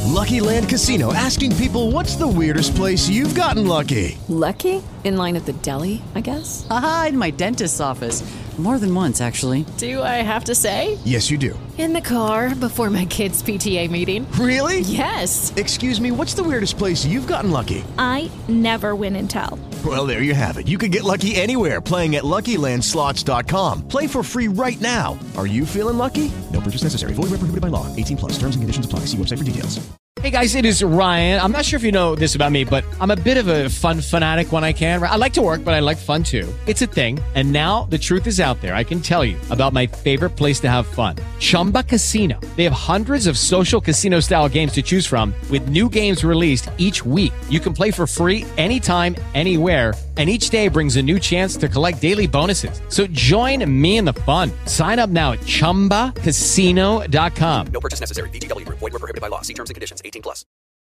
Lucky Land Casino, asking people, what's the weirdest place you've gotten lucky? Lucky? In line at the deli, I guess? Aha, in my dentist's office. More than once, actually. Do I have to say? Yes, you do. In the car before my kids' PTA meeting. Really? Yes. Excuse me, what's the weirdest place you've gotten lucky? I never win and tell. Well, there you have it. You can get lucky anywhere, playing at LuckyLandSlots.com. Play for free right now. Are you feeling lucky? No purchase necessary. Void where prohibited by law. 18 plus. Terms and conditions apply. See website for details. Hey guys, it is Ryan. I'm not sure if you know this about me, but I'm a bit of a fun fanatic when I can. I like to work, but I like fun too. It's a thing. And now the truth is out there. I can tell you about my favorite place to have fun. Chumba Casino. They have hundreds of social casino style games to choose from with new games released each week. You can play for free anytime, anywhere. And each day brings a new chance to collect daily bonuses. So join me in the fun. Sign up now at ChumbaCasino.com. No purchase necessary. VGW Group. Void where prohibited by law. See terms and conditions. 18 plus.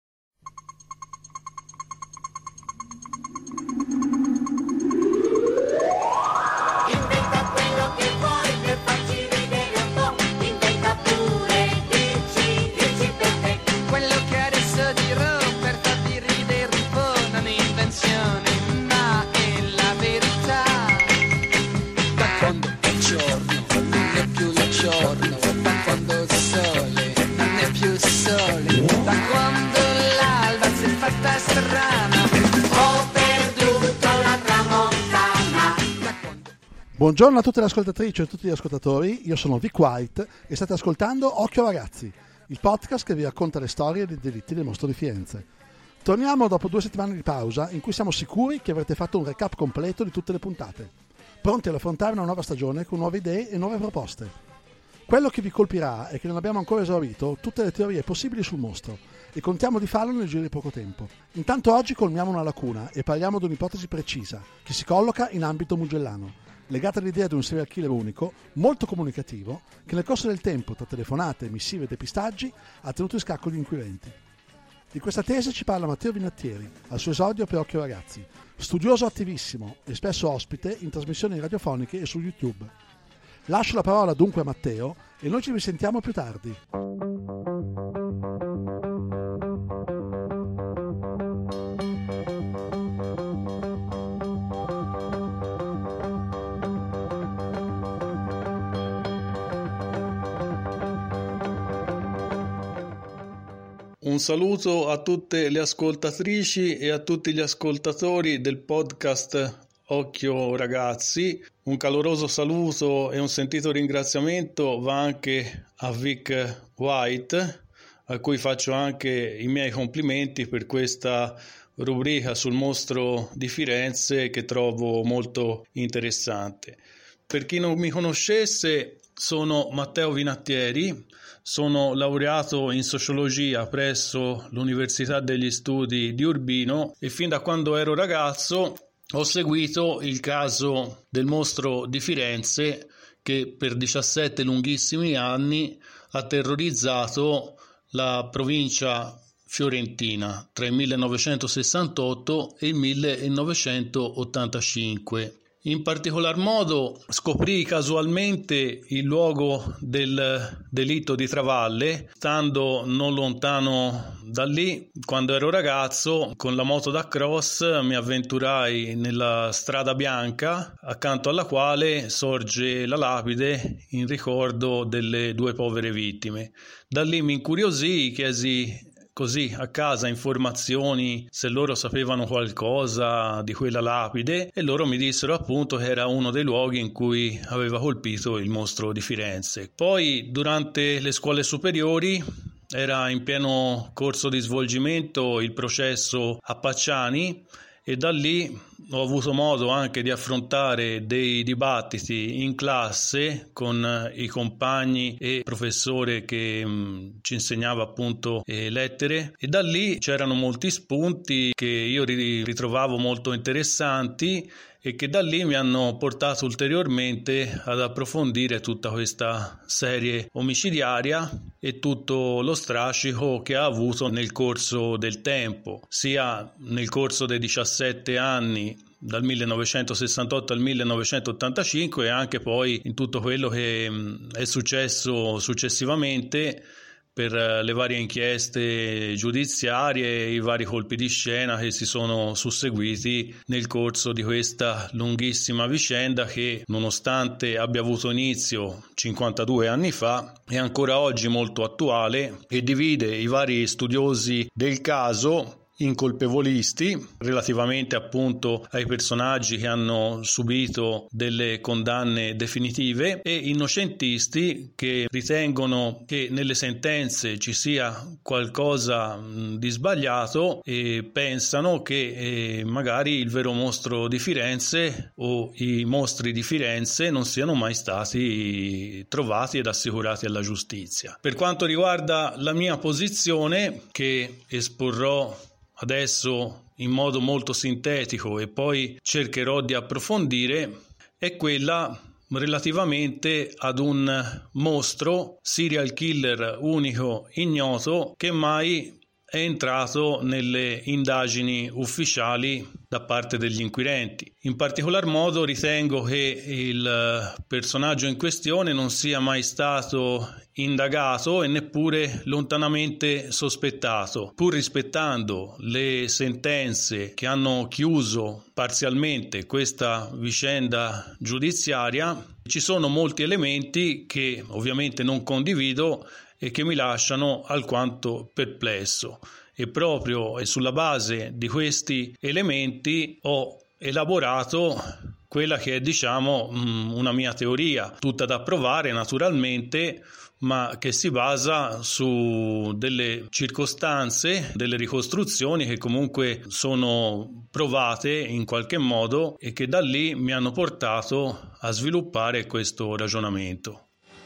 Inventa quello che vuoi per farci vedere un po'. Inventa pure, dici per te. Quello che adesso dirò per farti ridere un po'. Non è invenzione, ma è la verità. Da quando è giorno non è più il giorno, da quando il sole non è più il sole, da quando l'alba si è fatta strana, ho perduto la tramontana. Buongiorno a tutte le ascoltatrici e a tutti gli ascoltatori, io sono Vic White e state ascoltando Occhio Ragazzi, il podcast che vi racconta le storie dei delitti del mostro di Firenze. Torniamo dopo 2 settimane di pausa in cui siamo sicuri che avrete fatto un recap completo di tutte le puntate, pronti ad affrontare una nuova stagione con nuove idee e nuove proposte. Quello che vi colpirà è che non abbiamo ancora esaurito tutte le teorie possibili sul mostro e contiamo di farlo nel giro di poco tempo. Intanto oggi colmiamo una lacuna e parliamo di un'ipotesi precisa che si colloca in ambito mugellano, legata all'idea di un serial killer unico, molto comunicativo, che nel corso del tempo, tra telefonate, missive e depistaggi, ha tenuto in scacco gli inquirenti. Di questa tesi ci parla Matteo Vinattieri, al suo esordio per Occhio Ragazzi, studioso attivissimo e spesso ospite in trasmissioni radiofoniche e su YouTube. Lascio la parola dunque a Matteo e noi ci risentiamo più tardi. Un saluto a tutte le ascoltatrici e a tutti gli ascoltatori del podcast Occhio Ragazzi. Un caloroso saluto e un sentito ringraziamento va anche a Vic White, a cui faccio anche i miei complimenti per questa rubrica sul mostro di Firenze che trovo molto interessante. Per chi non mi conoscesse, sono Matteo Vinattieri, sono laureato in sociologia presso l'Università degli Studi di Urbino e fin da quando ero ragazzo ho seguito il caso del mostro di Firenze che per 17 lunghissimi anni ha terrorizzato la provincia fiorentina tra il 1968 e il 1985. In particolar modo scoprì casualmente il luogo del delitto di Travalle, stando non lontano da lì. Quando ero ragazzo, con la moto da cross mi avventurai nella strada bianca, accanto alla quale sorge la lapide in ricordo delle 2 povere vittime. Da lì mi incuriosì, chiesi così a casa informazioni se loro sapevano qualcosa di quella lapide e loro mi dissero appunto che era uno dei luoghi in cui aveva colpito il mostro di Firenze. Poi durante le scuole superiori era in pieno corso di svolgimento il processo a Pacciani e da lì ho avuto modo anche di affrontare dei dibattiti in classe con i compagni e il professore che ci insegnava appunto lettere e da lì c'erano molti spunti che io ritrovavo molto interessanti e che da lì mi hanno portato ulteriormente ad approfondire tutta questa serie omicidiaria e tutto lo strascico che ha avuto nel corso del tempo, sia nel corso dei 17 anni dal 1968 al 1985 e anche poi in tutto quello che è successo successivamente, per le varie inchieste giudiziarie e i vari colpi di scena che si sono susseguiti nel corso di questa lunghissima vicenda che, nonostante abbia avuto inizio 52 anni fa, è ancora oggi molto attuale e divide i vari studiosi del caso in colpevolisti relativamente appunto ai personaggi che hanno subito delle condanne definitive e innocentisti che ritengono che nelle sentenze ci sia qualcosa di sbagliato e pensano che magari il vero mostro di Firenze o i mostri di Firenze non siano mai stati trovati ed assicurati alla giustizia. Per quanto riguarda la mia posizione, che esporrò adesso in modo molto sintetico e poi cercherò di approfondire, è quella relativamente ad un mostro serial killer unico ignoto che mai è entrato nelle indagini ufficiali da parte degli inquirenti. In particolar modo ritengo che il personaggio in questione non sia mai stato indagato e neppure lontanamente sospettato, pur rispettando le sentenze che hanno chiuso parzialmente questa vicenda giudiziaria. Ci sono molti elementi che ovviamente non condivido e che mi lasciano alquanto perplesso, e proprio sulla base di questi elementi ho elaborato quella che è, diciamo, una mia teoria, tutta da provare naturalmente, ma che si basa su delle circostanze, delle ricostruzioni che comunque sono provate in qualche modo e che da lì mi hanno portato a sviluppare questo ragionamento.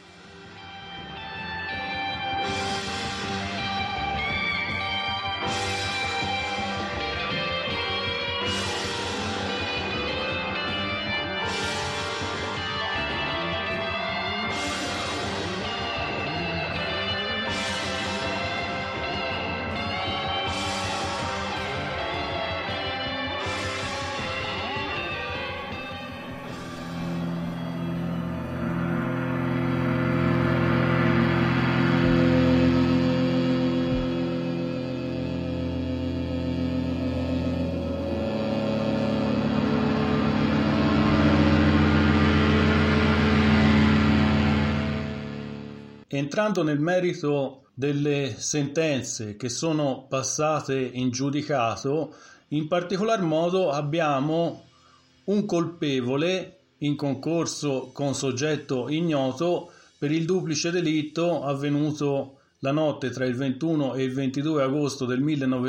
Entrando nel merito delle sentenze che sono passate in giudicato, in particolar modo abbiamo un colpevole in concorso con soggetto ignoto per il duplice delitto avvenuto la notte tra il 21 e il 22 agosto del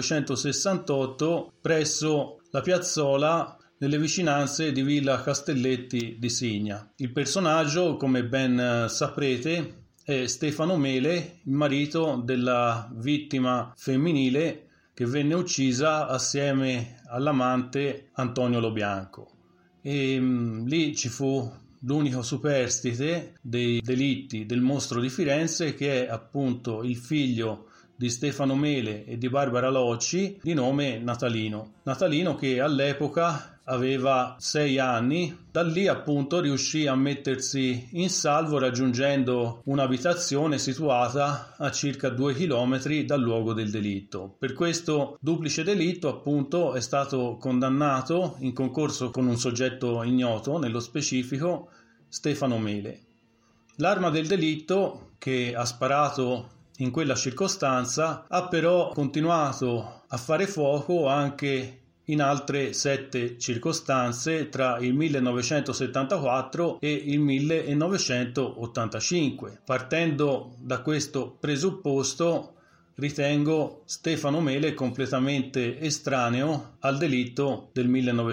1968 presso la piazzola nelle vicinanze di Villa Castelletti di Signa. Il personaggio, come ben saprete, è Stefano Mele, il marito della vittima femminile che venne uccisa assieme all'amante Antonio Lo Bianco. E lì ci fu l'unico superstite dei delitti del mostro di Firenze, che è appunto il figlio di Stefano Mele e di Barbara Locci, di nome Natalino. Natalino che all'epoca aveva 6 anni, da lì appunto riuscì a mettersi in salvo raggiungendo un'abitazione situata a circa 2 chilometri dal luogo del delitto. Per questo duplice delitto appunto è stato condannato in concorso con un soggetto ignoto, nello specifico Stefano Mele. L'arma del delitto che ha sparato in quella circostanza ha però continuato a fare fuoco anche in altre 7 circostanze tra il 1974 e il 1985. Partendo da questo presupposto, ritengo Stefano Mele completamente estraneo al delitto del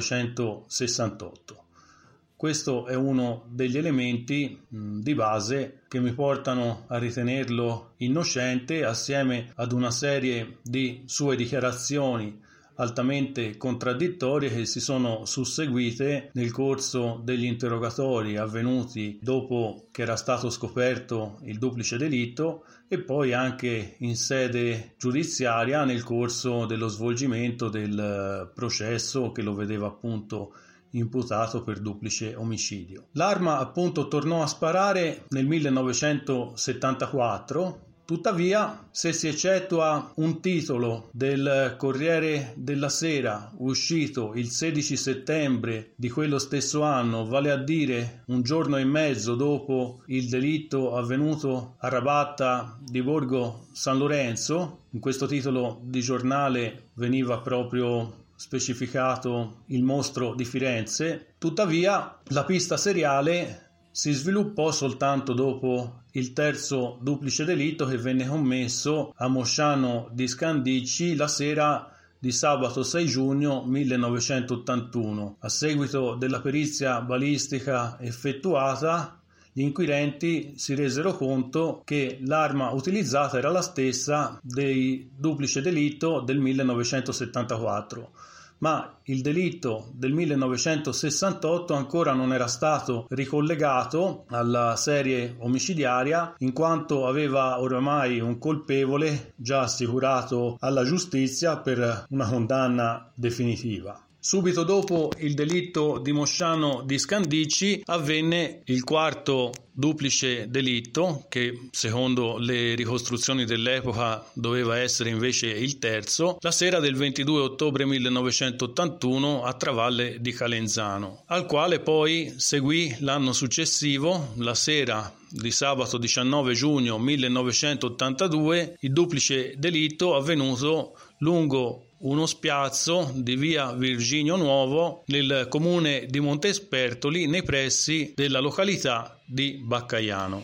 1968. Questo è uno degli elementi di base che mi portano a ritenerlo innocente, assieme ad una serie di sue dichiarazioni altamente contraddittorie che si sono susseguite nel corso degli interrogatori avvenuti dopo che era stato scoperto il duplice delitto e poi anche in sede giudiziaria nel corso dello svolgimento del processo che lo vedeva appunto imputato per duplice omicidio. L'arma appunto tornò a sparare nel 1974 Tuttavia, se si eccettua un titolo del Corriere della Sera uscito il 16 settembre di quello stesso anno, vale a dire un giorno e mezzo dopo il delitto avvenuto a Rabatta di Borgo San Lorenzo, in questo titolo di giornale veniva proprio specificato il mostro di Firenze, tuttavia la pista seriale si sviluppò soltanto dopo il terzo duplice delitto che venne commesso a Mosciano di Scandicci la sera di sabato 6 giugno 1981. A seguito della perizia balistica effettuata, gli inquirenti si resero conto che l'arma utilizzata era la stessa del duplice delitto del 1974. Ma il delitto del 1968 ancora non era stato ricollegato alla serie omicidiaria, in quanto aveva oramai un colpevole già assicurato alla giustizia per una condanna definitiva. Subito dopo il delitto di Mosciano di Scandicci avvenne il quarto duplice delitto, che secondo le ricostruzioni dell'epoca doveva essere invece il terzo, la sera del 22 ottobre 1981 a Travalle di Calenzano, al quale poi seguì l'anno successivo, la sera di sabato 19 giugno 1982, il duplice delitto avvenuto lungo uno spiazzo di via Virginio Nuovo nel comune di Montespertoli nei pressi della località di Baccaiano.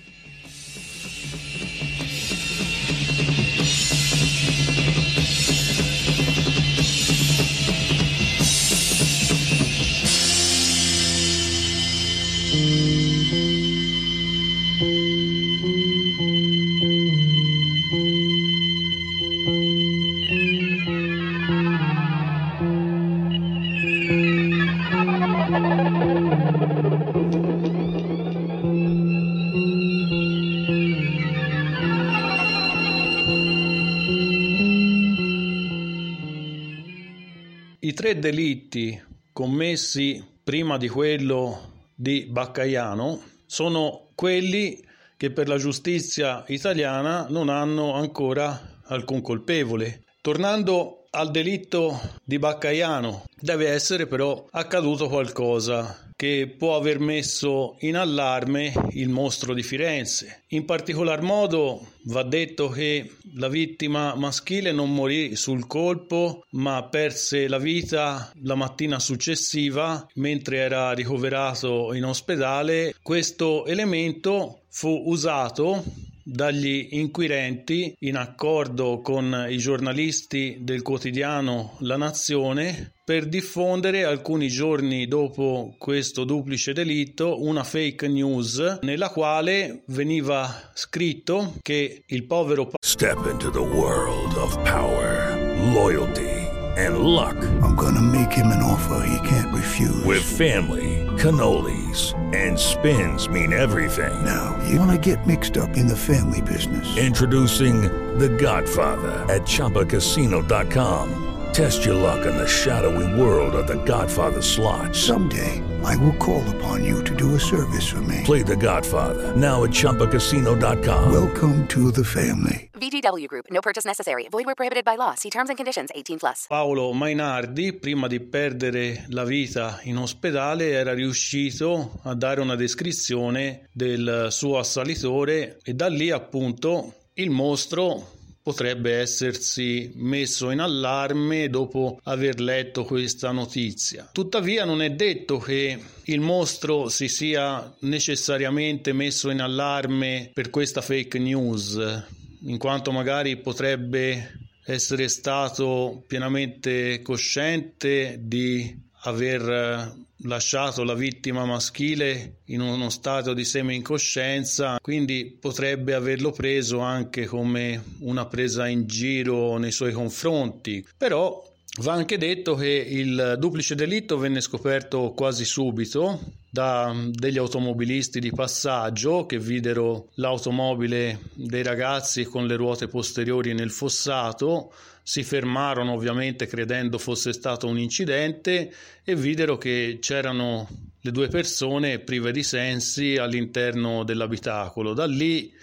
I tre delitti commessi prima di quello di Baccaiano sono quelli che per la giustizia italiana non hanno ancora alcun colpevole. Tornando al delitto di Baccaiano, deve essere però accaduto qualcosa che può aver messo in allarme il mostro di Firenze. In particolar modo va detto che la vittima maschile non morì sul colpo, ma perse la vita la mattina successiva mentre era ricoverato in ospedale. Questo elemento fu usato dagli inquirenti in accordo con i giornalisti del quotidiano La Nazione per diffondere alcuni giorni dopo questo duplice delitto una fake news nella quale veniva scritto che il povero Step into the world of power, loyalty and luck. I'm gonna make him an offer he can't refuse. With family, cannolis and spins mean everything. Now, you wanna get mixed up in the family business. Introducing The Godfather at ChumbaCasino.com. Test your luck in the shadowy world of The Godfather slot. Someday, I will call upon you to do a service for me. Play The Godfather now at ChumbaCasino.com. Welcome to the family. VGW Group. No purchase necessary. Void where prohibited by law. See terms and conditions. 18+. Paolo Mainardi, prima di perdere la vita in ospedale, era riuscito a dare una descrizione del suo assalitore e da lì appunto il mostro potrebbe essersi messo in allarme dopo aver letto questa notizia. Tuttavia non è detto che il mostro si sia necessariamente messo in allarme per questa fake news, in quanto magari potrebbe essere stato pienamente cosciente di aver lasciato la vittima maschile in uno stato di semi-incoscienza, quindi potrebbe averlo preso anche come una presa in giro nei suoi confronti. Però va anche detto che il duplice delitto venne scoperto quasi subito da degli automobilisti di passaggio che videro l'automobile dei ragazzi con le ruote posteriori nel fossato, si fermarono ovviamente credendo fosse stato un incidente e videro che c'erano le due persone prive di sensi all'interno dell'abitacolo. Da lì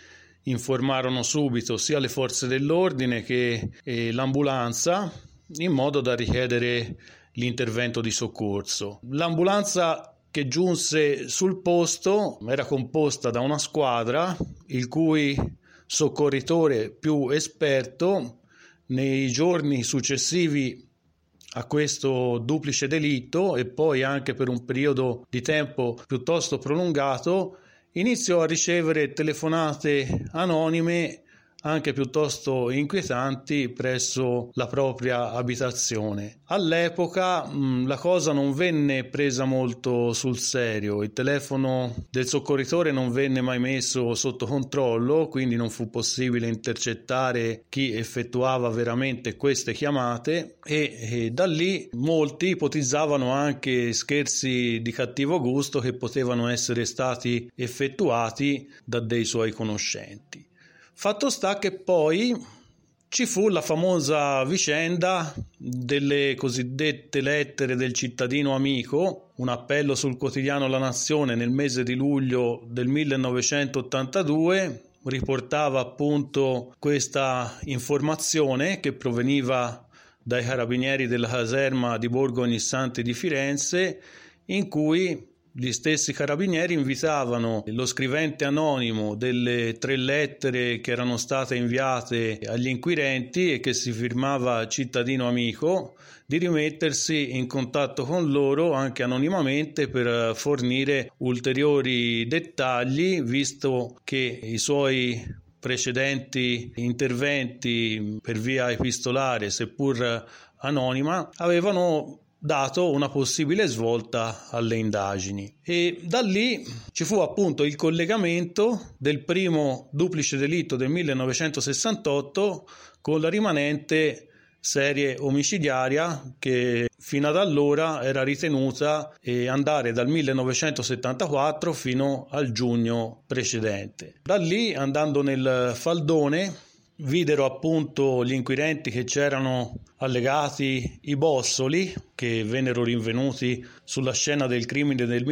informarono subito sia le forze dell'ordine che l'ambulanza, in modo da richiedere l'intervento di soccorso. L'ambulanza che giunse sul posto era composta da una squadra il cui soccorritore più esperto nei giorni successivi a questo duplice delitto, e poi anche per un periodo di tempo piuttosto prolungato, iniziò a ricevere telefonate anonime anche piuttosto inquietanti presso la propria abitazione. All'epoca la cosa non venne presa molto sul serio, il telefono del soccorritore non venne mai messo sotto controllo, quindi non fu possibile intercettare chi effettuava veramente queste chiamate, e da lì molti ipotizzavano anche scherzi di cattivo gusto che potevano essere stati effettuati da dei suoi conoscenti. Fatto sta che poi ci fu la famosa vicenda delle cosiddette lettere del cittadino amico, un appello sul quotidiano La Nazione nel mese di luglio del 1982, riportava appunto questa informazione che proveniva dai carabinieri della caserma di Borgo Ognissanti di Firenze, in cui gli stessi carabinieri invitavano lo scrivente anonimo delle 3 lettere che erano state inviate agli inquirenti e che si firmava cittadino amico di rimettersi in contatto con loro anche anonimamente per fornire ulteriori dettagli, visto che i suoi precedenti interventi per via epistolare, seppur anonima, avevano dato una possibile svolta alle indagini. E da lì ci fu appunto il collegamento del primo duplice delitto del 1968 con la rimanente serie omicidiaria che fino ad allora era ritenuta andare dal 1974 fino al giugno precedente. Da lì, andando nel faldone, videro appunto gli inquirenti che c'erano allegati i bossoli che vennero rinvenuti sulla scena del crimine del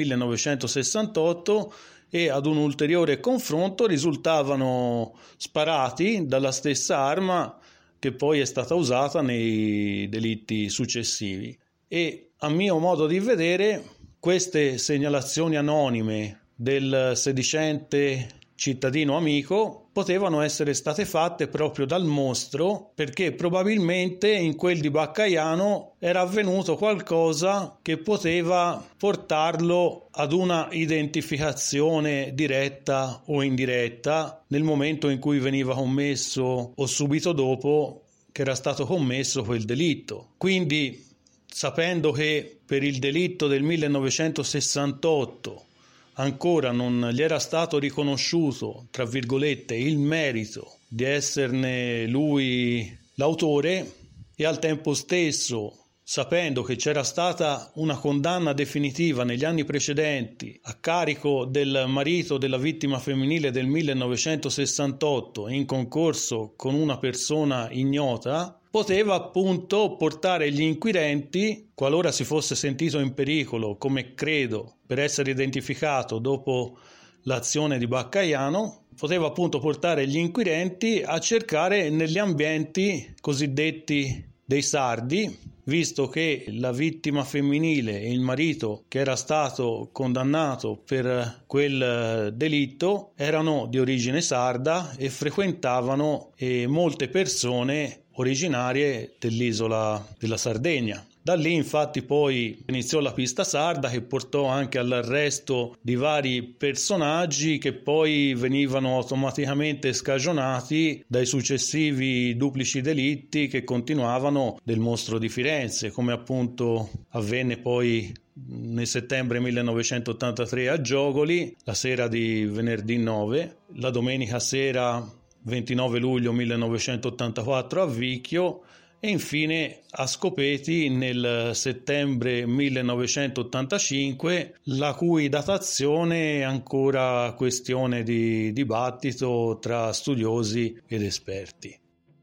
1968, e ad un ulteriore confronto risultavano sparati dalla stessa arma che poi è stata usata nei delitti successivi. E a mio modo di vedere queste segnalazioni anonime del sedicente cittadino amico potevano essere state fatte proprio dal mostro, perché probabilmente in quel di Baccaiano era avvenuto qualcosa che poteva portarlo ad una identificazione diretta o indiretta nel momento in cui veniva commesso o subito dopo che era stato commesso quel delitto. Quindi, sapendo che per il delitto del 1968 ancora non gli era stato riconosciuto, tra virgolette, il merito di esserne lui l'autore, e al tempo stesso sapendo che c'era stata una condanna definitiva negli anni precedenti a carico del marito della vittima femminile del 1968 in concorso con una persona ignota, poteva appunto portare gli inquirenti, qualora si fosse sentito in pericolo, come credo, per essere identificato dopo l'azione di Baccaiano, poteva appunto portare gli inquirenti a cercare negli ambienti cosiddetti dei sardi, visto che la vittima femminile e il marito che era stato condannato per quel delitto erano di origine sarda e frequentavano molte persone originarie dell'isola della Sardegna. Da lì infatti poi iniziò la pista sarda, che portò anche all'arresto di vari personaggi che poi venivano automaticamente scagionati dai successivi duplici delitti che continuavano del mostro di Firenze, come appunto avvenne poi nel settembre 1983 a Giogoli, la sera di venerdì 9, la domenica sera 29 luglio 1984 a Vicchio, e infine a Scopeti nel settembre 1985, la cui datazione è ancora questione di dibattito tra studiosi ed esperti.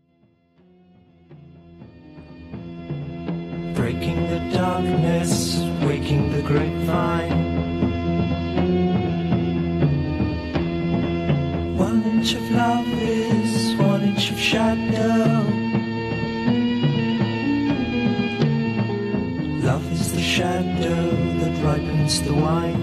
Breaking the darkness, waking the grapevine. One inch of love is 1 inch of shadow. Love is the shadow that ripens the wine.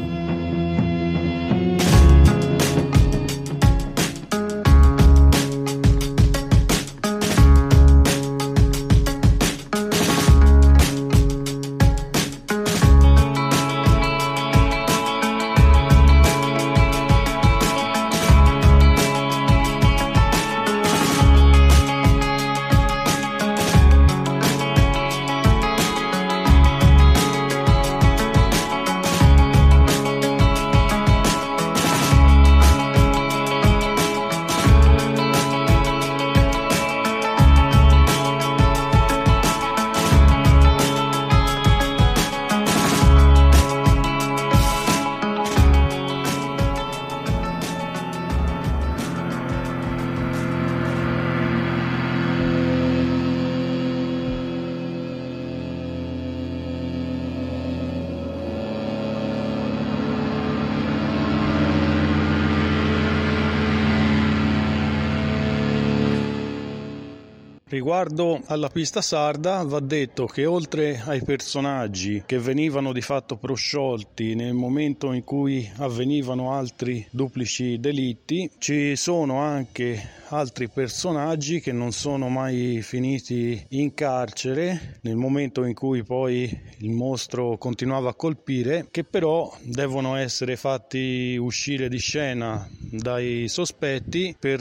Riguardo alla pista sarda va detto che oltre ai personaggi che venivano di fatto prosciolti nel momento in cui avvenivano altri duplici delitti, ci sono anche altri personaggi che non sono mai finiti in carcere nel momento in cui poi il mostro continuava a colpire, che però devono essere fatti uscire di scena dai sospetti per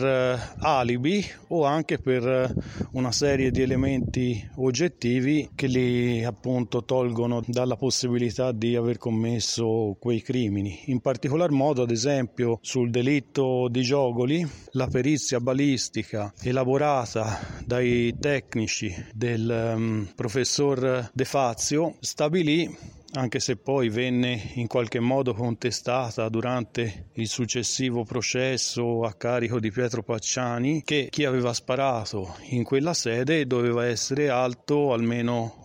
alibi o anche per una serie di elementi oggettivi che li appunto tolgono dalla possibilità di aver commesso quei crimini. In particolar modo, ad esempio, sul delitto di Giogoli, la perizia balistica elaborata dai tecnici del professor De Fazio stabilì, anche se poi venne in qualche modo contestata durante il successivo processo a carico di Pietro Pacciani, che chi aveva sparato in quella sede doveva essere alto almeno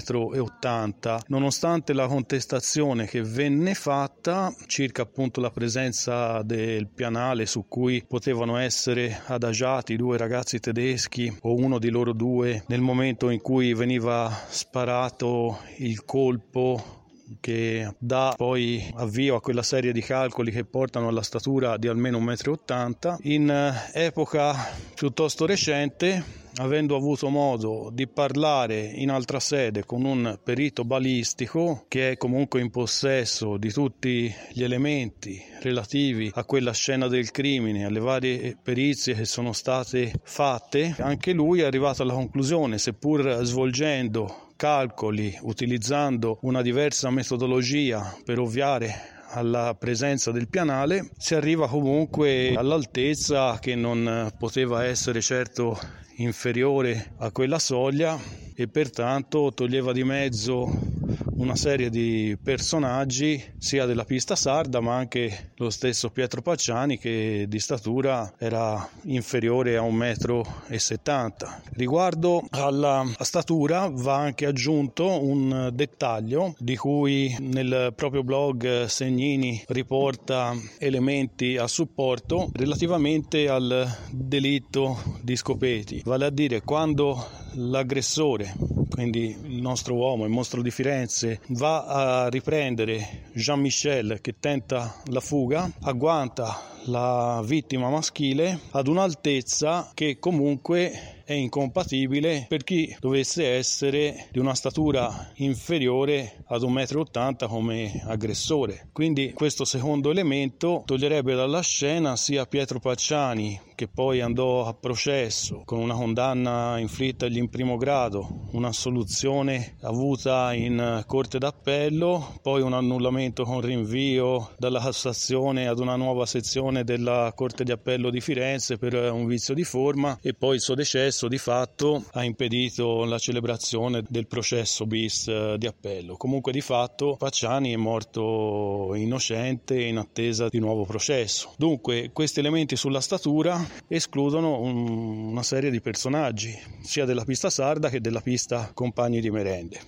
1,80 m. Nonostante la contestazione che venne fatta circa appunto la presenza del pianale su cui potevano essere adagiati 2 ragazzi tedeschi o uno di loro 2 nel momento in cui veniva sparato il colpo che dà poi avvio a quella serie di calcoli che portano alla statura di almeno 1,80 m. In epoca piuttosto recente, avendo avuto modo di parlare in altra sede con un perito balistico che è comunque in possesso di tutti gli elementi relativi a quella scena del crimine, alle varie perizie che sono state fatte, anche lui è arrivato alla conclusione, seppur svolgendo calcoli utilizzando una diversa metodologia per ovviare alla presenza del pianale, si arriva comunque all'altezza che non poteva essere certo inferiore a quella soglia e pertanto toglieva di mezzo una serie di personaggi sia della pista sarda ma anche lo stesso Pietro Pacciani, che di statura era inferiore a 1,70 m. Riguardo alla statura va anche aggiunto un dettaglio di cui nel proprio blog Segnini riporta elementi a supporto relativamente al delitto di Scopeti, vale a dire quando l'aggressore, quindi il nostro uomo, il mostro di Firenze, va a riprendere Jean-Michel che tenta la fuga, agguanta la vittima maschile ad un'altezza che comunque è incompatibile per chi dovesse essere di una statura inferiore ad 1,80 m come aggressore. Quindi questo secondo elemento toglierebbe dalla scena sia Pietro Pacciani, che poi andò a processo con una condanna inflittagli in primo grado, un'assoluzione avuta in Corte d'Appello, poi un annullamento con rinvio dalla Cassazione ad una nuova sezione della Corte di Appello di Firenze per un vizio di forma, e poi il suo decesso di fatto ha impedito la celebrazione del processo bis di appello. Comunque di fatto Pacciani è morto innocente in attesa di nuovo processo. Dunque questi elementi sulla statura escludono una serie di personaggi sia della pista sarda che della pista compagni di merende.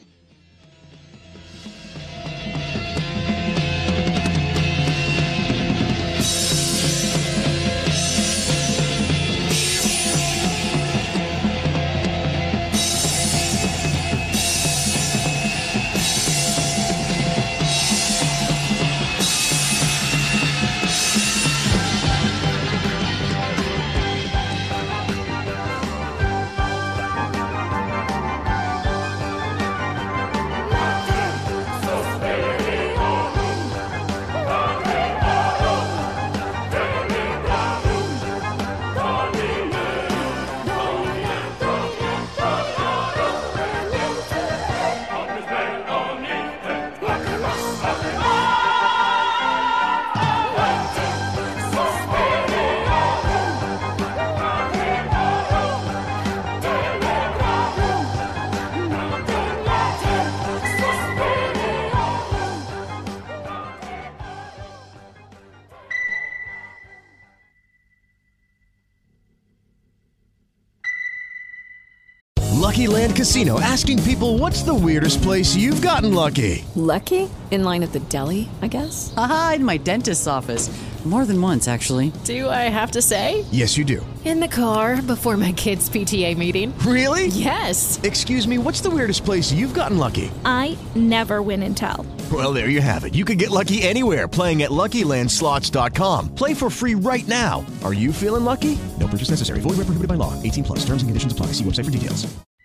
Lucky Land Casino, asking people, what's the weirdest place you've gotten lucky? Lucky? In line at the deli, I guess? Aha, in my dentist's office. More than once, actually. Do I have to say? Yes, you do. In the car before my kids' PTA meeting. Really? Yes. Excuse me, what's the weirdest place you've gotten lucky? I never win and tell. Well, there you have it. You can get lucky anywhere, playing at LuckyLandSlots.com. Play for free right now. Are you feeling lucky? No purchase necessary. Void where prohibited by law. 18 plus. Terms and conditions apply. See website for details.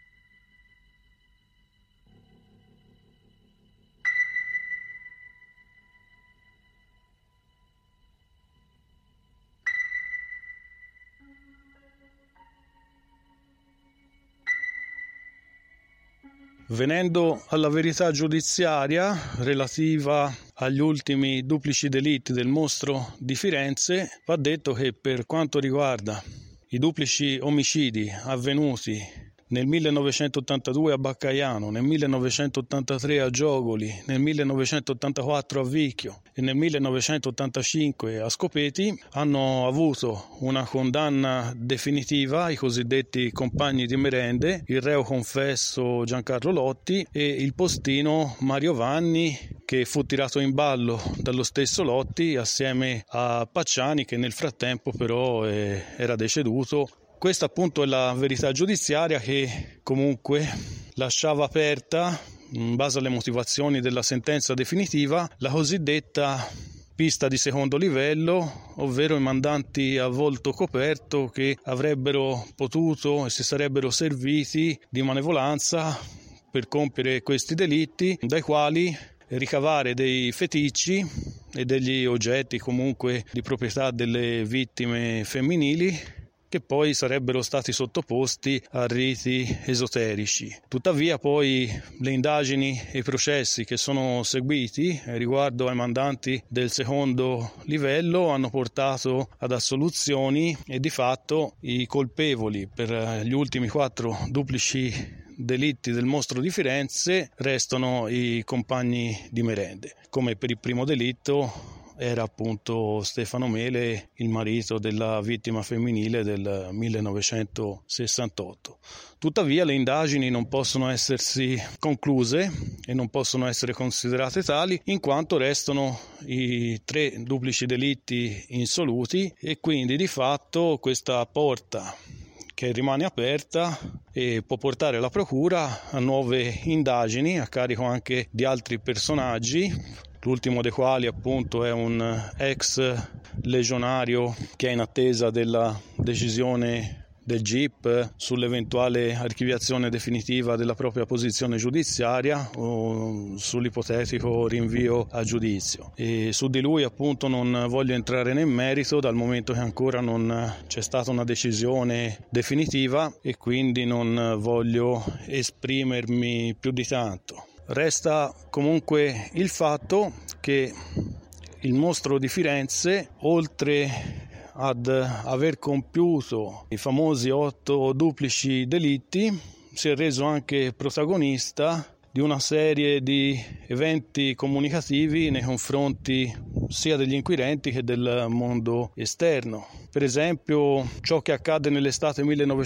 Venendo alla verità giudiziaria relativa agli ultimi duplici delitti del mostro di Firenze, va detto che per quanto riguarda i duplici omicidi avvenuti nel 1982 a Baccaiano, nel 1983 a Giogoli, nel 1984 a Vicchio e nel 1985 a Scopeti, hanno avuto una condanna definitiva i cosiddetti compagni di merende, il reo confesso Giancarlo Lotti e il postino Mario Vanni, che fu tirato in ballo dallo stesso Lotti assieme a Pacciani, che nel frattempo però era deceduto. Questa appunto è la verità giudiziaria, che comunque lasciava aperta, in base alle motivazioni della sentenza definitiva, la cosiddetta pista di secondo livello, ovvero i mandanti a volto coperto che avrebbero potuto e si sarebbero serviti di malevolanza per compiere questi delitti, dai quali ricavare dei feticci e degli oggetti comunque di proprietà delle vittime femminili, che poi sarebbero stati sottoposti a riti esoterici. Tuttavia poi le indagini e i processi che sono seguiti riguardo ai mandanti del secondo livello hanno portato ad assoluzioni e di fatto i colpevoli per gli ultimi 4 duplici delitti del mostro di Firenze restano i compagni di merende, come per il primo delitto era appunto Stefano Mele, il marito della vittima femminile del 1968. Tuttavia le indagini non possono essersi concluse e non possono essere considerate tali, in quanto restano i 3 duplici delitti insoluti e quindi di fatto questa porta che rimane aperta e può portare la procura a nuove indagini a carico anche di altri personaggi, l'ultimo dei quali appunto è un ex legionario che è in attesa della decisione del GIP sull'eventuale archiviazione definitiva della propria posizione giudiziaria o sull'ipotetico rinvio a giudizio. E su di lui appunto non voglio entrare nel merito, dal momento che ancora non c'è stata una decisione definitiva e quindi non voglio esprimermi più di tanto. Resta comunque il fatto che il mostro di Firenze, oltre ad aver compiuto i famosi 8 duplici delitti, si è reso anche protagonista di una serie di eventi comunicativi nei confronti sia degli inquirenti che del mondo esterno. Per esempio, ciò che accadde nell'estate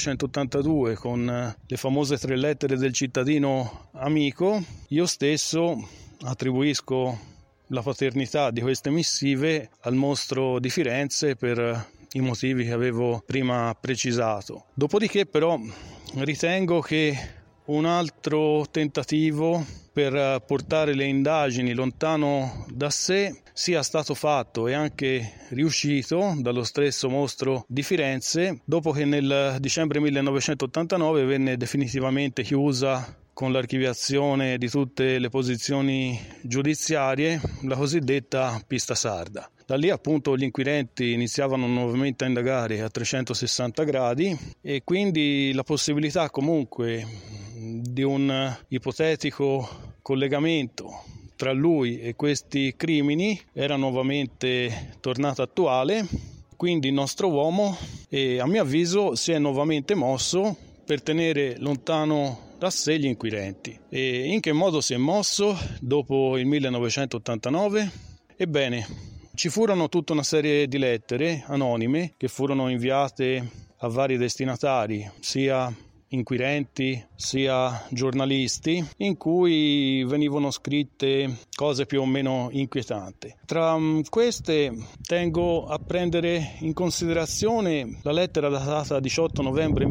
1982 con le famose 3 lettere del cittadino amico, io stesso attribuisco la paternità di queste missive al mostro di Firenze per i motivi che avevo prima precisato. Dopodiché però ritengo che un altro tentativo per portare le indagini lontano da sé sia stato fatto e anche riuscito dallo stesso mostro di Firenze, dopo che nel dicembre 1989 venne definitivamente chiusa con l'archiviazione di tutte le posizioni giudiziarie la cosiddetta pista sarda. Da lì appunto gli inquirenti iniziavano nuovamente a indagare a 360 gradi e quindi la possibilità comunque di un ipotetico collegamento tra lui e questi crimini era nuovamente tornata attuale. Quindi il nostro uomo, a mio avviso, si è nuovamente mosso per tenere lontano da sé gli inquirenti. E in che modo si è mosso dopo il 1989? Ebbene, ci furono tutta una serie di lettere anonime che furono inviate a vari destinatari, sia inquirenti sia giornalisti, in cui venivano scritte cose più o meno inquietanti. Tra queste tengo a prendere in considerazione la lettera datata 18 novembre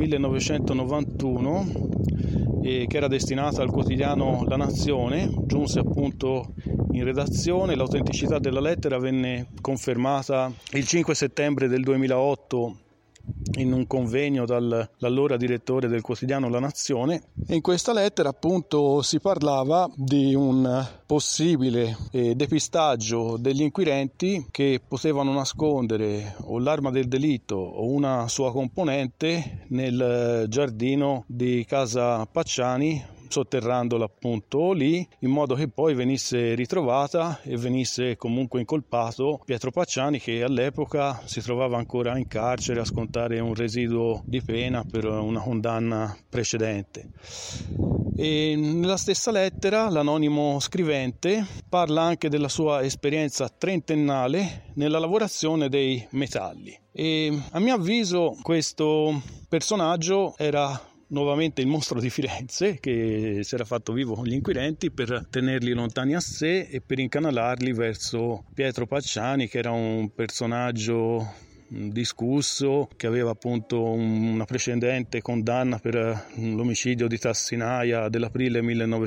1991 che era destinata al quotidiano La Nazione. Giunse appunto in redazione, l'autenticità della lettera venne confermata il 5 settembre del 2008 in un convegno dall'allora direttore del quotidiano La Nazione, e in questa lettera appunto si parlava di un possibile depistaggio degli inquirenti che potevano nascondere o l'arma del delitto o una sua componente nel giardino di casa Pacciani, sotterrandola appunto lì, in modo che poi venisse ritrovata e venisse comunque incolpato Pietro Pacciani, che all'epoca si trovava ancora in carcere a scontare un residuo di pena per una condanna precedente. E nella stessa lettera l'anonimo scrivente parla anche della sua esperienza trentennale nella lavorazione dei metalli, e a mio avviso questo personaggio era nuovamente il mostro di Firenze, che si era fatto vivo con gli inquirenti per tenerli lontani a sé e per incanalarli verso Pietro Pacciani, che era un personaggio discusso, che aveva appunto una precedente condanna per l'omicidio di Tassinaia dell'aprile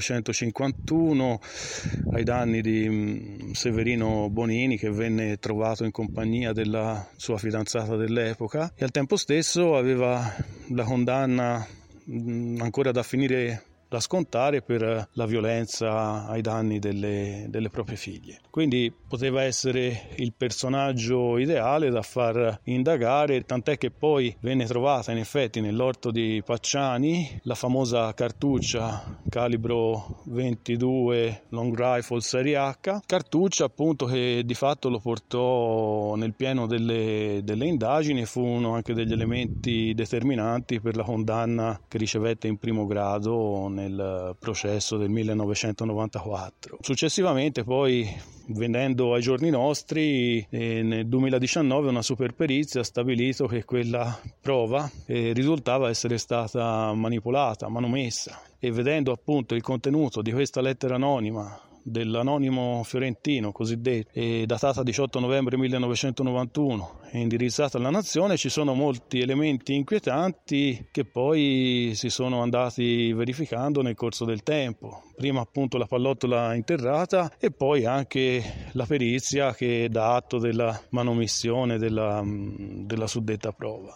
1951 ai danni di Severino Bonini, che venne trovato in compagnia della sua fidanzata dell'epoca, e al tempo stesso aveva la condanna ancora da finire da scontare per la violenza ai danni delle proprie figlie. Quindi poteva essere il personaggio ideale da far indagare, tant'è che poi venne trovata in effetti nell'orto di Pacciani la famosa cartuccia calibro 22 long rifle serie H, cartuccia appunto che di fatto lo portò nel pieno delle indagini e fu uno anche degli elementi determinanti per la condanna che ricevette in primo grado nel processo del 1994. Successivamente poi, venendo ai giorni nostri, nel 2019 una superperizia ha stabilito che quella prova risultava essere stata manipolata, manomessa, e vedendo appunto il contenuto di questa lettera anonima dell'anonimo fiorentino cosiddetto, datata 18 novembre 1991 e indirizzata alla Nazione, ci sono molti elementi inquietanti che poi si sono andati verificando nel corso del tempo. Prima appunto la pallottola interrata e poi anche la perizia che dà atto della manomissione della suddetta prova.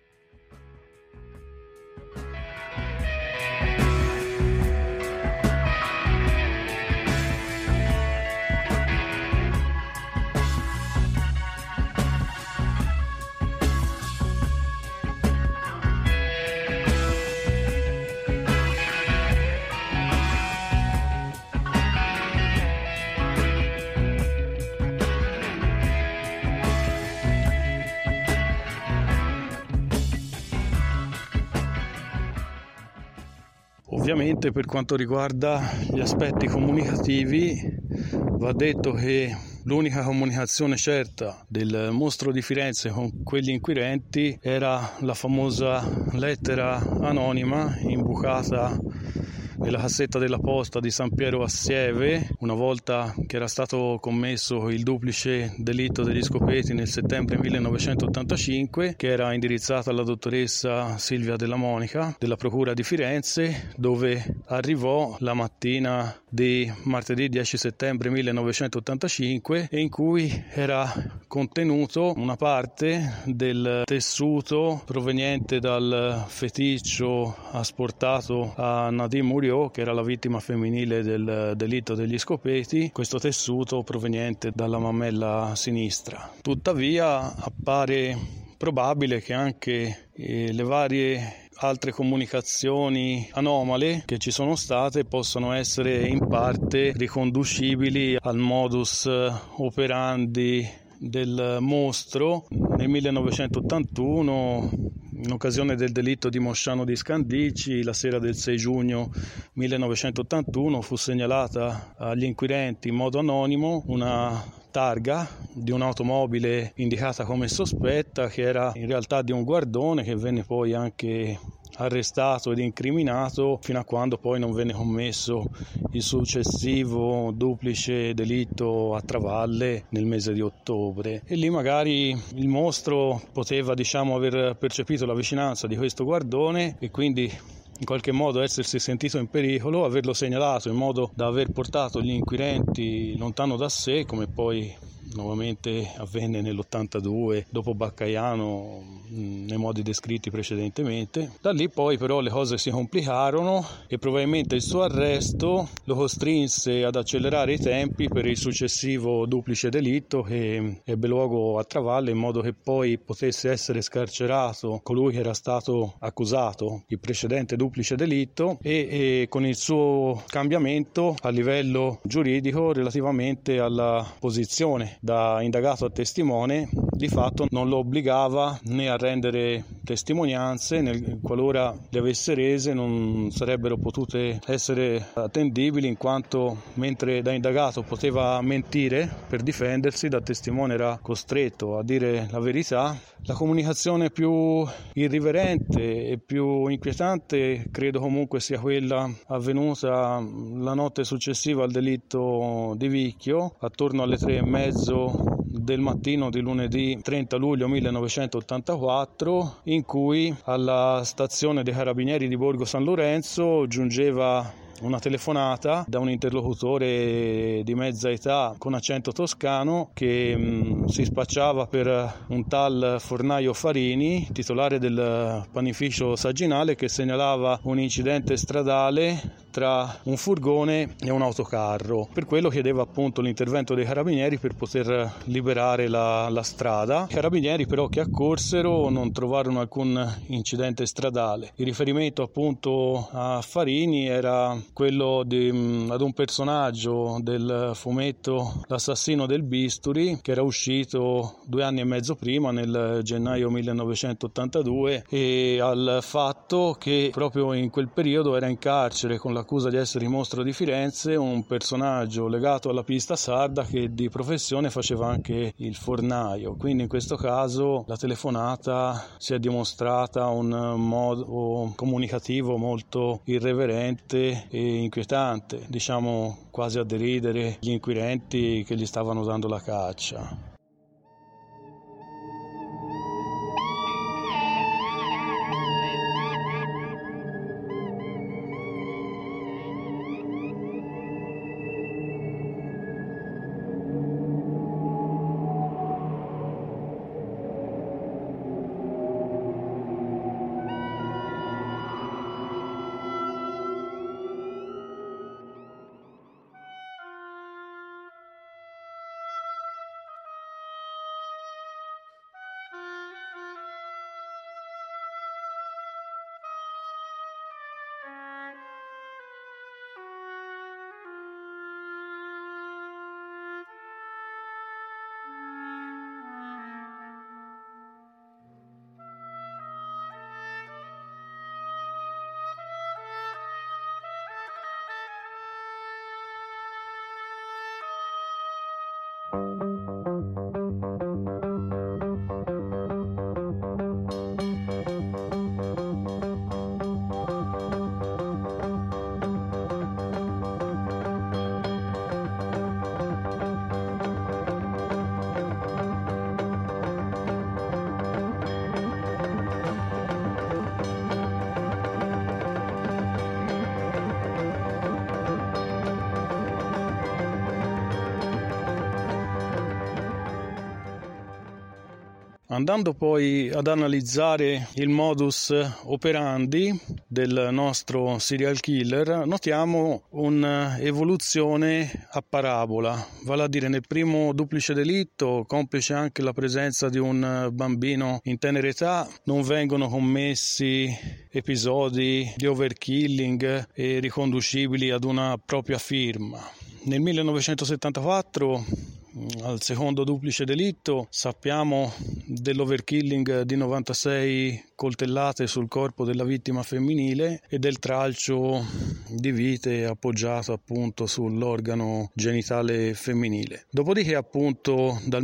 Ovviamente per quanto riguarda gli aspetti comunicativi va detto che l'unica comunicazione certa del mostro di Firenze con quegli inquirenti era la famosa lettera anonima imbucata nella cassetta della posta di San Piero a Sieve, una volta che era stato commesso il duplice delitto degli Scopeti nel settembre 1985, che era indirizzata alla dottoressa Silvia Della Monica della Procura di Firenze, dove arrivò la mattina di martedì 10 settembre 1985 e in cui era contenuto una parte del tessuto proveniente dal feticcio asportato a Nadine Muriot, che era la vittima femminile del delitto degli Scopeti, questo tessuto proveniente dalla mammella sinistra. Tuttavia appare probabile che anche le varie altre comunicazioni anomale che ci sono state possano essere in parte riconducibili al modus operandi del mostro. Nel 1981, in occasione del delitto di Mosciano di Scandicci, la sera del 6 giugno 1981 fu segnalata agli inquirenti in modo anonimo una targa di un'automobile indicata come sospetta, che era in realtà di un guardone che venne poi anche arrestato ed incriminato fino a quando poi non venne commesso il successivo duplice delitto a Travalle nel mese di ottobre. E lì magari il mostro poteva, aver percepito la vicinanza di questo guardone e quindi in qualche modo essersi sentito in pericolo, averlo segnalato in modo da aver portato gli inquirenti lontano da sé, come poi nuovamente avvenne nell'82 dopo Baccaiano nei modi descritti precedentemente. Da lì poi però le cose si complicarono e probabilmente il suo arresto lo costrinse ad accelerare i tempi per il successivo duplice delitto che ebbe luogo a Travalle, in modo che poi potesse essere scarcerato colui che era stato accusato il precedente duplice delitto e con il suo cambiamento a livello giuridico relativamente alla posizione da indagato a testimone, di fatto non lo obbligava né a rendere testimonianze, qualora le avesse rese non sarebbero potute essere attendibili, in quanto mentre da indagato poteva mentire per difendersi, da testimone era costretto a dire la verità. La comunicazione più irriverente e più inquietante credo comunque sia quella avvenuta la notte successiva al delitto di Vicchio, attorno alle 3:30 del mattino di lunedì 30 luglio 1984, in cui alla stazione dei Carabinieri di Borgo San Lorenzo giungeva una telefonata da un interlocutore di mezza età con accento toscano che si spacciava per un tal Fornaio Farini, titolare del panificio Sagginale, che segnalava un incidente stradale tra un furgone e un autocarro. Per quello chiedeva appunto l'intervento dei carabinieri per poter liberare la strada. I carabinieri però che accorsero non trovarono alcun incidente stradale. Il riferimento appunto a Farini era quello ad un personaggio del fumetto L'assassino del bisturi, che era uscito 2 anni e mezzo prima, nel gennaio 1982, e al fatto che proprio in quel periodo era in carcere con l'accusa di essere il mostro di Firenze un personaggio legato alla pista sarda che di professione faceva anche il fornaio. Quindi in questo caso la telefonata si è dimostrata un modo comunicativo molto irreverente e inquietante, diciamo quasi a deridere gli inquirenti che gli stavano dando la caccia. Andando poi ad analizzare il modus operandi del nostro serial killer, notiamo un'evoluzione a parabola, vale a dire nel primo duplice delitto, complice anche la presenza di un bambino in tenera età, non vengono commessi episodi di overkilling e riconducibili ad una propria firma. Nel 1974, al secondo duplice delitto, sappiamo dell'overkilling di 96 coltellate sul corpo della vittima femminile e del tralcio di vite appoggiato appunto sull'organo genitale femminile. Dopodiché appunto dal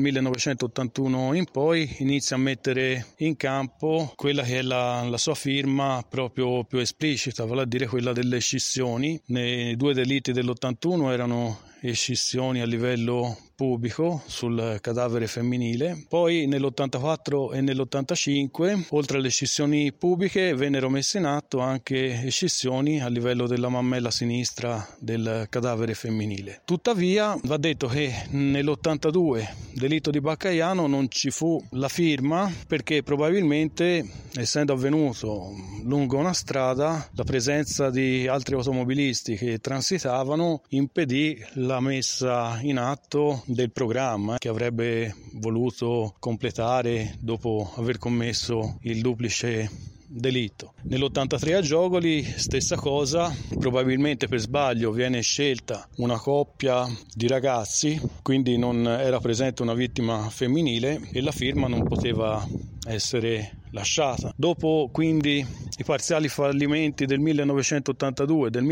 1981 in poi inizia a mettere in campo quella che è la sua firma proprio più esplicita, vale a dire quella delle scissioni. Nei due delitti dell'81 erano escissioni a livello pubico sul cadavere femminile. Poi nell'84 e nell'85, oltre alle scissioni pubiche, vennero messe in atto anche escissioni a livello della mammella sinistra del cadavere femminile. Tuttavia va detto che nell'82, delitto di Baccaiano, non ci fu la firma perché probabilmente, essendo avvenuto lungo una strada, la presenza di altri automobilisti che transitavano impedì la messa in atto del programma che avrebbe voluto completare dopo aver commesso il duplice delitto. Nell'83 a Giogoli stessa cosa, probabilmente per sbaglio viene scelta una coppia di ragazzi, quindi non era presente una vittima femminile e la firma non poteva essere lasciata. Dopo quindi i parziali fallimenti del 1982 e del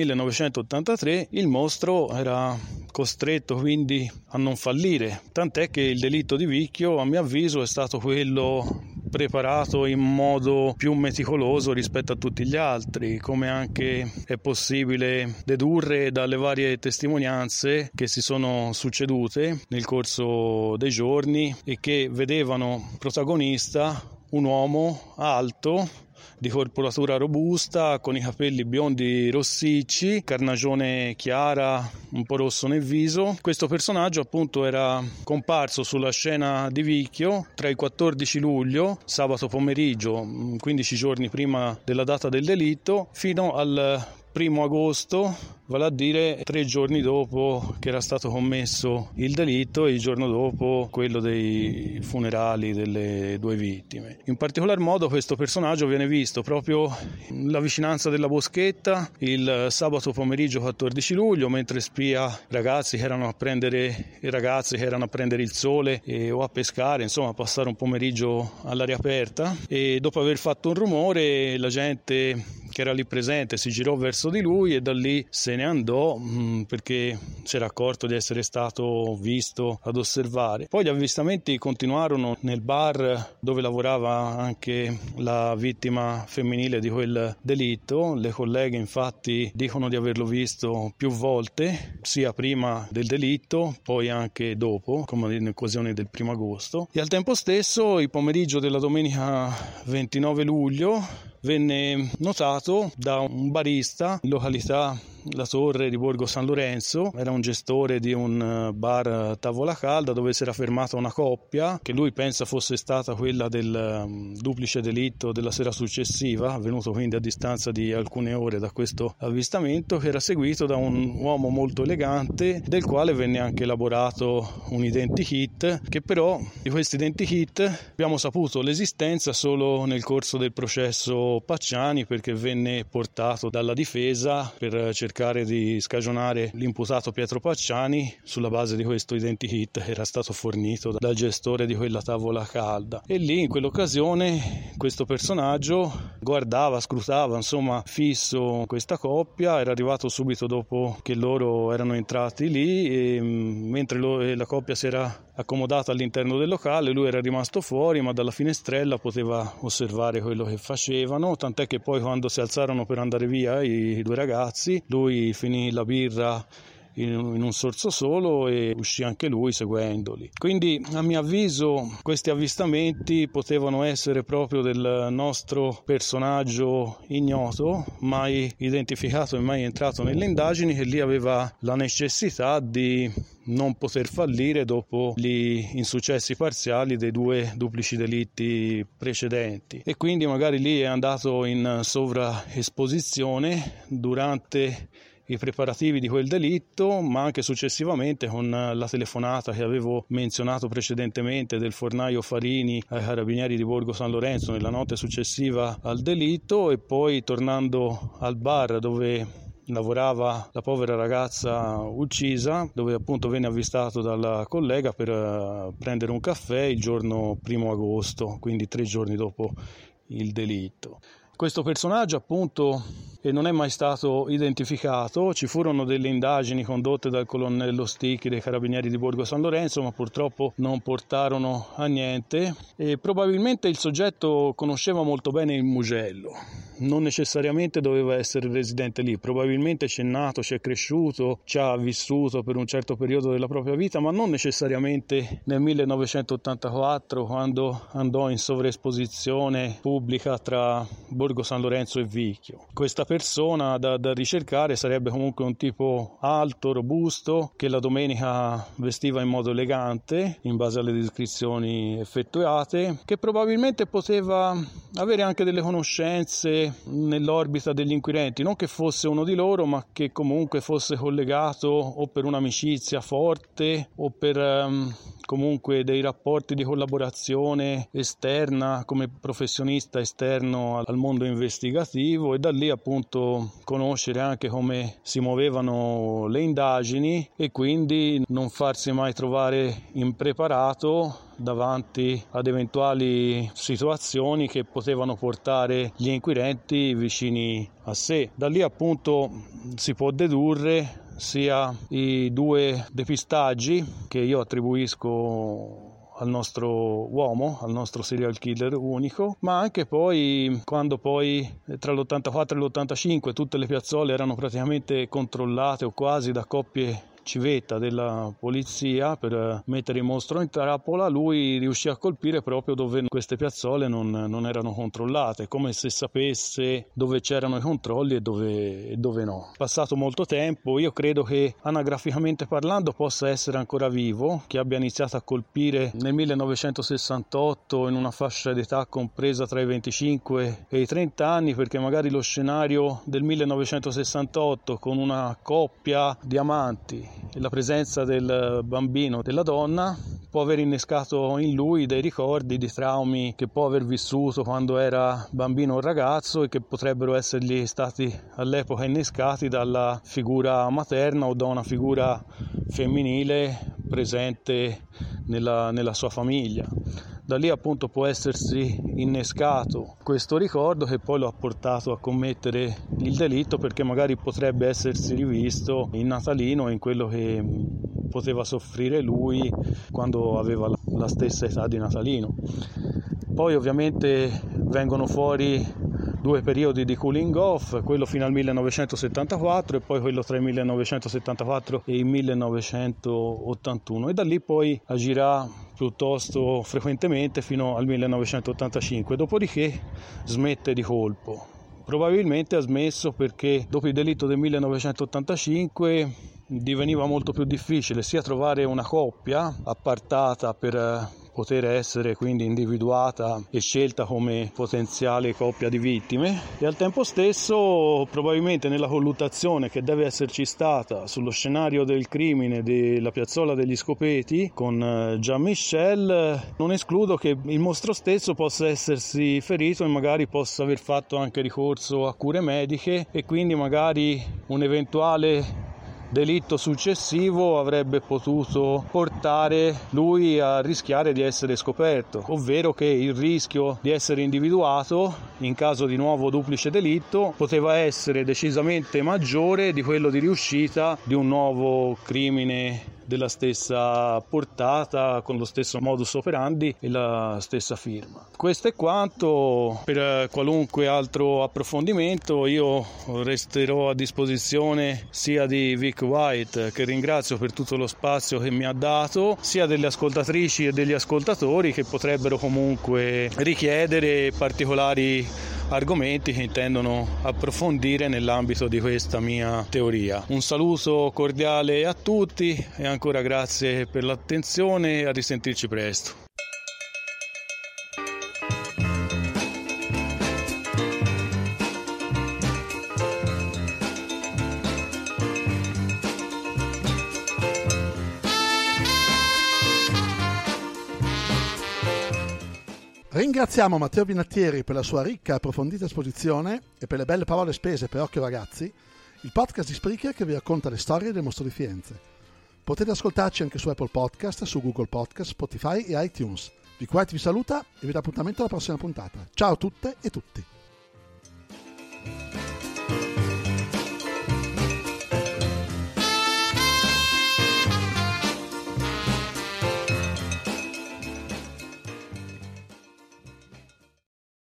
1983, il mostro era costretto quindi a non fallire, tant'è che il delitto di Vicchio, a mio avviso, è stato quello preparato in modo più meticoloso rispetto a tutti gli altri, come anche è possibile dedurre dalle varie testimonianze che si sono succedute nel corso dei giorni e che vedevano protagonista un uomo alto, di corporatura robusta, con i capelli biondi rossicci, carnagione chiara, un po' rosso nel viso. Questo personaggio appunto era comparso sulla scena di Vicchio tra il 14 luglio, sabato pomeriggio, 15 giorni prima della data del delitto, fino al 1 agosto, vale a dire 3 giorni dopo che era stato commesso il delitto e il giorno dopo quello dei funerali delle due vittime. In particolar modo questo personaggio viene visto proprio nella vicinanza della boschetta il sabato pomeriggio 14 luglio mentre spia ragazzi che erano a prendere il sole o a pescare, insomma a passare un pomeriggio all'aria aperta, e dopo aver fatto un rumore la gente che era lì presente si girò verso di lui e da lì se ne andò perché si era accorto di essere stato visto ad osservare. Poi gli avvistamenti continuarono nel bar dove lavorava anche la vittima femminile di quel delitto. Le colleghe infatti dicono di averlo visto più volte, sia prima del delitto poi anche dopo, come in occasione del 1 agosto. E al tempo stesso il pomeriggio della domenica 29 luglio venne notato da un barista in località La Torre di Borgo San Lorenzo. Era un gestore di un bar Tavola Calda dove si era fermata una coppia che lui pensa fosse stata quella del duplice delitto della sera successiva, avvenuto quindi a distanza di alcune ore da questo avvistamento, che era seguito da un uomo molto elegante del quale venne anche elaborato un identikit, che però di questo identikit abbiamo saputo l'esistenza solo nel corso del processo Pacciani, perché venne portato dalla difesa per cercare di scagionare l'imputato Pietro Pacciani sulla base di questo identikit che era stato fornito dal gestore di quella tavola calda. E lì in quell'occasione questo personaggio scrutava insomma fisso questa coppia. Era arrivato subito dopo che loro erano entrati lì e mentre la coppia si era accomodata all'interno del locale lui era rimasto fuori, ma dalla finestrella poteva osservare quello che facevano, tant'è che poi quando si alzarono per andare via i due ragazzi lui finì la birra in un sorso solo e uscì anche lui seguendoli. Quindi a mio avviso questi avvistamenti potevano essere proprio del nostro personaggio ignoto, mai identificato e mai entrato nelle indagini, che lì aveva la necessità di non poter fallire dopo gli insuccessi parziali dei due duplici delitti precedenti, e quindi magari lì è andato in sovraesposizione durante i preparativi di quel delitto, ma anche successivamente con la telefonata che avevo menzionato precedentemente del fornaio Farini ai carabinieri di Borgo San Lorenzo nella notte successiva al delitto, e poi tornando al bar dove lavorava la povera ragazza uccisa, dove appunto venne avvistato dalla collega per prendere un caffè il giorno 1 agosto, quindi 3 giorni dopo il delitto. Questo personaggio appunto non è mai stato identificato, ci furono delle indagini condotte dal colonnello Sticchi dei Carabinieri di Borgo San Lorenzo, ma purtroppo non portarono a niente e probabilmente il soggetto conosceva molto bene il Mugello, non necessariamente doveva essere residente lì, probabilmente c'è nato, c'è cresciuto, ci ha vissuto per un certo periodo della propria vita, ma non necessariamente nel 1984 quando andò in sovraesposizione pubblica tra Borgo San Lorenzo e Vicchio. Questa persona da ricercare sarebbe comunque un tipo alto, robusto, che la domenica vestiva in modo elegante, in base alle descrizioni effettuate, che probabilmente poteva avere anche delle conoscenze nell'orbita degli inquirenti, non che fosse uno di loro, ma che comunque fosse collegato o per un'amicizia forte o per comunque dei rapporti di collaborazione esterna come professionista esterno al mondo investigativo, e da lì appunto conoscere anche come si muovevano le indagini e quindi non farsi mai trovare impreparato davanti ad eventuali situazioni che potevano portare gli inquirenti vicini a sé. Da lì appunto si può dedurre sia i 2 depistaggi che io attribuisco al nostro uomo, al nostro serial killer unico, ma anche poi quando poi tra l'84 e l'85 tutte le piazzole erano praticamente controllate o quasi da coppie civetta della polizia per mettere il mostro in trappola, lui riuscì a colpire proprio dove queste piazzole non erano controllate, come se sapesse dove c'erano i controlli e dove no. Passato molto tempo, io credo che anagraficamente parlando possa essere ancora vivo, che abbia iniziato a colpire nel 1968 in una fascia d'età compresa tra i 25 e i 30 anni, perché magari lo scenario del 1968 con una coppia di amanti e la presenza del bambino, della donna, può aver innescato in lui dei ricordi di traumi che può aver vissuto quando era bambino o ragazzo e che potrebbero essergli stati all'epoca innescati dalla figura materna o da una figura femminile presente nella sua famiglia. Da lì appunto può essersi innescato questo ricordo che poi lo ha portato a commettere il delitto, perché magari potrebbe essersi rivisto in Natalino e in quello che poteva soffrire lui quando aveva la stessa età di Natalino. Poi ovviamente vengono fuori 2 periodi di cooling off, quello fino al 1974 e poi quello tra il 1974 e il 1981, e da lì poi agirà piuttosto frequentemente fino al 1985, dopodiché smette di colpo. Probabilmente ha smesso perché dopo il delitto del 1985 diveniva molto più difficile sia trovare una coppia appartata per poter essere quindi individuata e scelta come potenziale coppia di vittime, e al tempo stesso probabilmente nella colluttazione che deve esserci stata sullo scenario del crimine della piazzola degli Scopeti con Jean-Michel, non escludo che il mostro stesso possa essersi ferito e magari possa aver fatto anche ricorso a cure mediche, e quindi magari un eventuale delitto successivo avrebbe potuto portare lui a rischiare di essere scoperto, ovvero che il rischio di essere individuato in caso di nuovo duplice delitto poteva essere decisamente maggiore di quello di riuscita di un nuovo crimine della stessa portata, con lo stesso modus operandi e la stessa firma. Questo è quanto. Per qualunque altro approfondimento io resterò a disposizione sia di Vic White, che ringrazio per tutto lo spazio che mi ha dato, sia delle ascoltatrici e degli ascoltatori che potrebbero comunque richiedere particolari argomenti che intendono approfondire nell'ambito di questa mia teoria. Un saluto cordiale a tutti e ancora grazie per l'attenzione e a risentirci presto. Ringraziamo Matteo Binattieri per la sua ricca e approfondita esposizione e per le belle parole spese per Occhio Ragazzi, il podcast di Spreaker che vi racconta le storie del mostro di Firenze. Potete ascoltarci anche su Apple Podcast, su Google Podcast, Spotify e iTunes. Vic White vi saluta e vi dà appuntamento alla prossima puntata. Ciao a tutte e tutti.